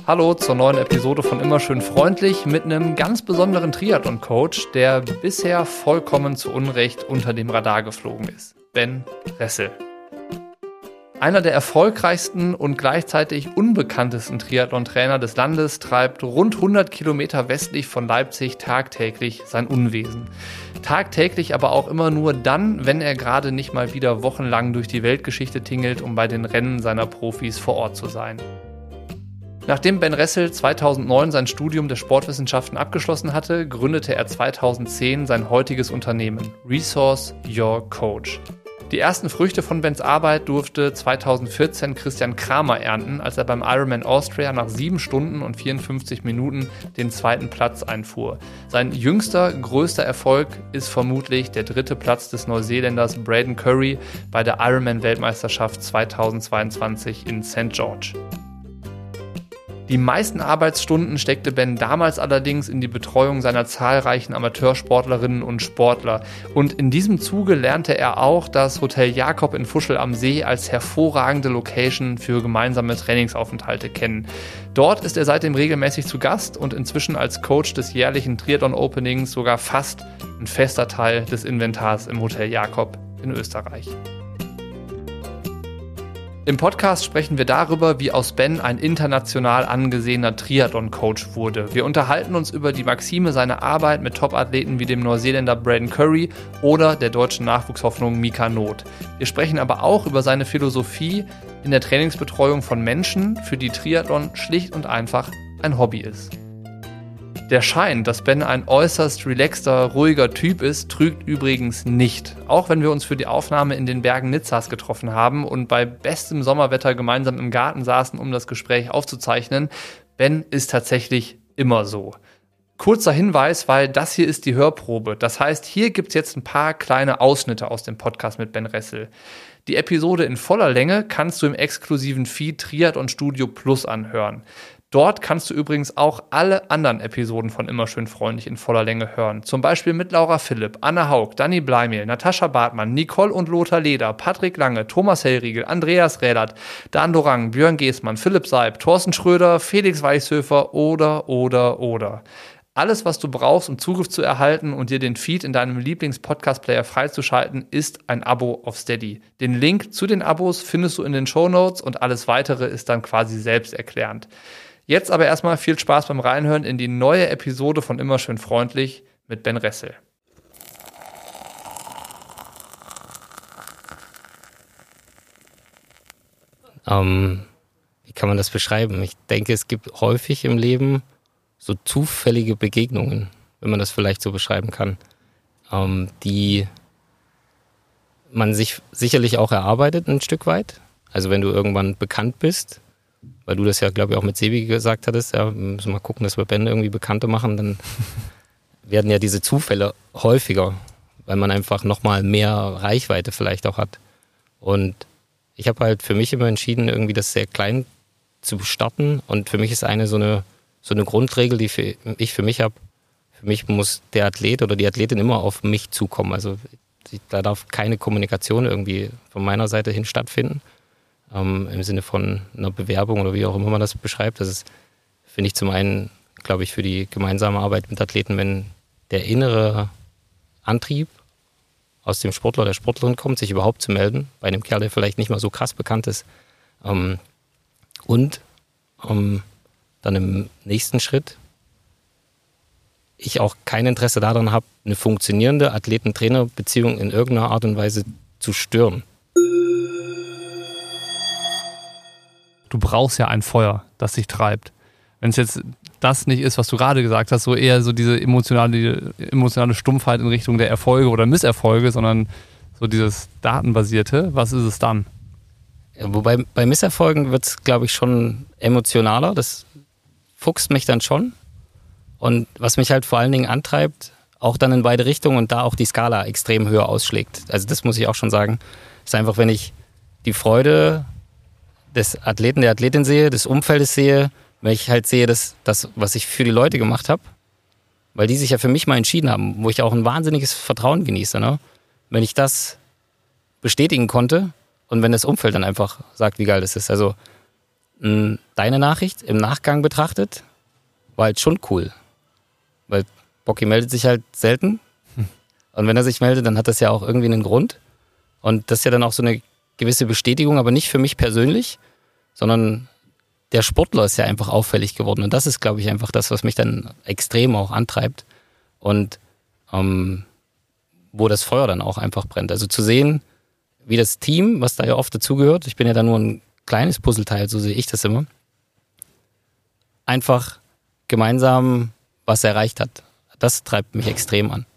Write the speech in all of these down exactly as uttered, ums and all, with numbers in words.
Hallo zur neuen Episode von Immer schön freundlich mit einem ganz besonderen Triathlon-Coach, der bisher vollkommen zu Unrecht unter dem Radar geflogen ist. Ben Ressel. Einer der erfolgreichsten und gleichzeitig unbekanntesten Triathlon-Trainer des Landes treibt rund hundert Kilometer westlich von Leipzig tagtäglich sein Unwesen. Tagtäglich aber auch immer nur dann, wenn er gerade nicht mal wieder wochenlang durch die Weltgeschichte tingelt, um bei den Rennen seiner Profis vor Ort zu sein. Nachdem Ben Ressel zweitausendneun sein Studium der Sportwissenschaften abgeschlossen hatte, gründete er zweitausendzehn sein heutiges Unternehmen Resource Your Coach. Die ersten Früchte von Bens Arbeit durfte zweitausendvierzehn Christian Kramer ernten, als er beim Ironman Austria nach sieben Stunden und vierundfünfzig Minuten den zweiten Platz einfuhr. Sein jüngster, größter Erfolg ist vermutlich der dritte Platz des Neuseeländers Braden Curry bei der Ironman-Weltmeisterschaft zweitausendzweiundzwanzig in Sankt George. Die meisten Arbeitsstunden steckte Ben damals allerdings in die Betreuung seiner zahlreichen Amateursportlerinnen und Sportler. Und in diesem Zuge lernte er auch das Hotel Jakob in Fuschel am See als hervorragende Location für gemeinsame Trainingsaufenthalte kennen. Dort ist er seitdem regelmäßig zu Gast und inzwischen als Coach des jährlichen Triathlon-Openings sogar fast ein fester Teil des Inventars im Hotel Jakob in Österreich. Im Podcast sprechen wir darüber, wie aus Ben ein international angesehener Triathlon-Coach wurde. Wir unterhalten uns über die Maxime seiner Arbeit mit Top-Athleten wie dem Neuseeländer Braden Curry oder der deutschen Nachwuchshoffnung Mika Not. Wir sprechen aber auch über seine Philosophie in der Trainingsbetreuung von Menschen, für die Triathlon schlicht und einfach ein Hobby ist. Der Schein, dass Ben ein äußerst relaxter, ruhiger Typ ist, trügt übrigens nicht. Auch wenn wir uns für die Aufnahme in den Bergen Nizzas getroffen haben und bei bestem Sommerwetter gemeinsam im Garten saßen, um das Gespräch aufzuzeichnen, Ben ist tatsächlich immer so. Kurzer Hinweis, weil das hier ist die Hörprobe. Das heißt, hier gibt's jetzt ein paar kleine Ausschnitte aus dem Podcast mit Ben Ressel. Die Episode in voller Länge kannst du im exklusiven Feed Triathlon Studio Plus anhören. Dort kannst du übrigens auch alle anderen Episoden von Immer schön freundlich in voller Länge hören. Zum Beispiel mit Laura Philipp, Anna Haug, Dani Bleimehl, Natascha Bartmann, Nicole und Lothar Leder, Patrick Lange, Thomas Hellriegel, Andreas Rädert, Dan Dorang, Björn Geßmann, Philipp Seib, Thorsten Schröder, Felix Weichshöfer oder, oder, oder. Alles, was du brauchst, um Zugriff zu erhalten und dir den Feed in deinem Lieblings-Podcast-Player freizuschalten, ist ein Abo auf Steady. Den Link zu den Abos findest du in den Shownotes und alles Weitere ist dann quasi selbsterklärend. Jetzt aber erstmal viel Spaß beim Reinhören in die neue Episode von Immer schön freundlich mit Ben Ressel. Ähm, wie kann man das beschreiben? Ich denke, es gibt häufig im Leben so zufällige Begegnungen, wenn man das vielleicht so beschreiben kann, ähm, die man sich sicherlich auch erarbeitet ein Stück weit. Also wenn du irgendwann bekannt bist, weil du das ja, glaube ich, auch mit Sebi gesagt hattest, ja, wir müssen mal gucken, dass wir Ben irgendwie Bekannte machen, dann werden ja diese Zufälle häufiger, weil man einfach nochmal mehr Reichweite vielleicht auch hat. Und ich habe halt für mich immer entschieden, irgendwie das sehr klein zu starten. Und für mich ist eine so eine, so eine Grundregel, die für, ich für mich habe, für mich muss der Athlet oder die Athletin immer auf mich zukommen. Also da darf keine Kommunikation irgendwie von meiner Seite hin stattfinden. Ähm, im Sinne von einer Bewerbung oder wie auch immer man das beschreibt. Das ist, finde ich, zum einen, glaube ich, für die gemeinsame Arbeit mit Athleten, wenn der innere Antrieb aus dem Sportler oder der Sportlerin kommt, sich überhaupt zu melden, bei einem Kerl, der vielleicht nicht mal so krass bekannt ist. Ähm, und ähm, dann im nächsten Schritt ich auch kein Interesse daran habe, eine funktionierende Athleten-Trainer-Beziehung in irgendeiner Art und Weise zu stören. Du brauchst ja ein Feuer, das dich treibt. Wenn es jetzt das nicht ist, was du gerade gesagt hast, so eher so diese emotionale, emotionale Stumpfheit in Richtung der Erfolge oder Misserfolge, sondern so dieses Datenbasierte, was ist es dann? Ja, wobei bei Misserfolgen wird es, glaube ich, schon emotionaler. Das fuchst mich dann schon. Und was mich halt vor allen Dingen antreibt, auch dann in beide Richtungen und da auch die Skala extrem höher ausschlägt. Also das muss ich auch schon sagen, ist einfach, wenn ich die Freude des Athleten, der Athletin sehe, des Umfeldes sehe, wenn ich halt sehe, dass das, was ich für die Leute gemacht habe, weil die sich ja für mich mal entschieden haben, wo ich auch ein wahnsinniges Vertrauen genieße, ne? Wenn ich das bestätigen konnte und wenn das Umfeld dann einfach sagt, wie geil das ist. Also Deine Nachricht im Nachgang betrachtet war halt schon cool. Weil Bocky meldet sich halt selten. Und wenn er sich meldet, dann hat das ja auch irgendwie einen Grund. Und das ist ja dann auch so eine gewisse Bestätigung, aber nicht für mich persönlich, sondern der Sportler ist ja einfach auffällig geworden. Und das ist, glaube ich, einfach das, was mich dann extrem auch antreibt. Und ähm, wo das Feuer dann auch einfach brennt. Also zu sehen, wie das Team, was da ja oft dazugehört, ich bin ja da nur ein kleines Puzzleteil, so sehe ich das immer, einfach gemeinsam was erreicht hat. Das treibt mich extrem an.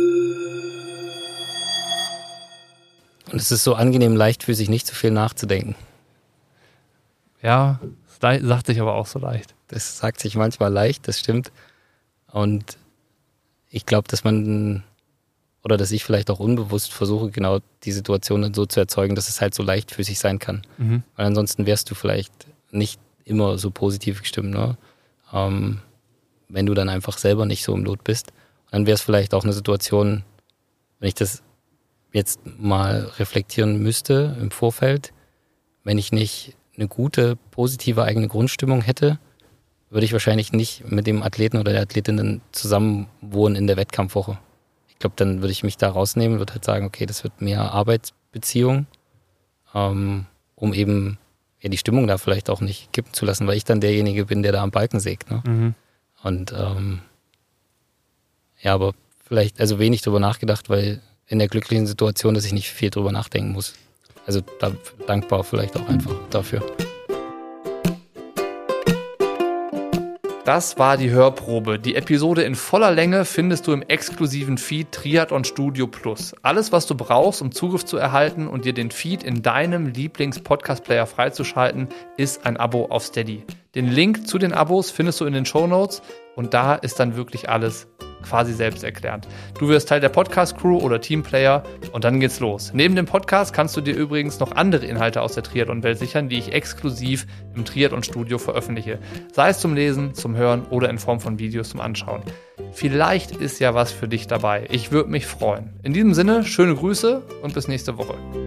Und es ist so angenehm leichtfüßig, nicht zu viel nachzudenken. Ja, das sagt sich aber auch so leicht. Das sagt sich manchmal leicht, das stimmt. Und ich glaube, dass man, oder dass ich vielleicht auch unbewusst versuche, genau die Situation dann so zu erzeugen, dass es halt so leichtfüßig sein kann. Mhm. Weil ansonsten wärst du vielleicht nicht immer so positiv gestimmt, ne? Ähm, wenn du dann einfach selber nicht so im Lot bist. Und dann wäre es vielleicht auch eine Situation, wenn ich das jetzt mal reflektieren müsste im Vorfeld, wenn ich nicht eine gute, positive eigene Grundstimmung hätte, würde ich wahrscheinlich nicht mit dem Athleten oder der Athletin dann zusammen wohnen in der Wettkampfwoche. Ich glaube, dann würde ich mich da rausnehmen, würde halt sagen, okay, das wird mehr Arbeitsbeziehung, ähm, um eben ja, die Stimmung da vielleicht auch nicht kippen zu lassen, weil ich dann derjenige bin, der da am Balken sägt. Ne? Mhm. Und ähm, ja, aber vielleicht, also wenig drüber nachgedacht, weil in der glücklichen Situation, dass ich nicht viel drüber nachdenken muss. Also da dankbar vielleicht auch einfach dafür. Das war die Hörprobe. Die Episode in voller Länge findest du im exklusiven Feed Triathlon Studio Plus. Alles, was du brauchst, um Zugriff zu erhalten und dir den Feed in deinem Lieblings-Podcast-Player freizuschalten, ist ein Abo auf Steady. Den Link zu den Abos findest du in den Shownotes und da ist dann wirklich alles quasi selbsterklärend. Du wirst Teil der Podcast-Crew oder Teamplayer und dann geht's los. Neben dem Podcast kannst du dir übrigens noch andere Inhalte aus der Triathlon-Welt sichern, die ich exklusiv im Triathlon-Studio veröffentliche. Sei es zum Lesen, zum Hören oder in Form von Videos zum Anschauen. Vielleicht ist ja was für dich dabei. Ich würde mich freuen. In diesem Sinne, schöne Grüße und bis nächste Woche.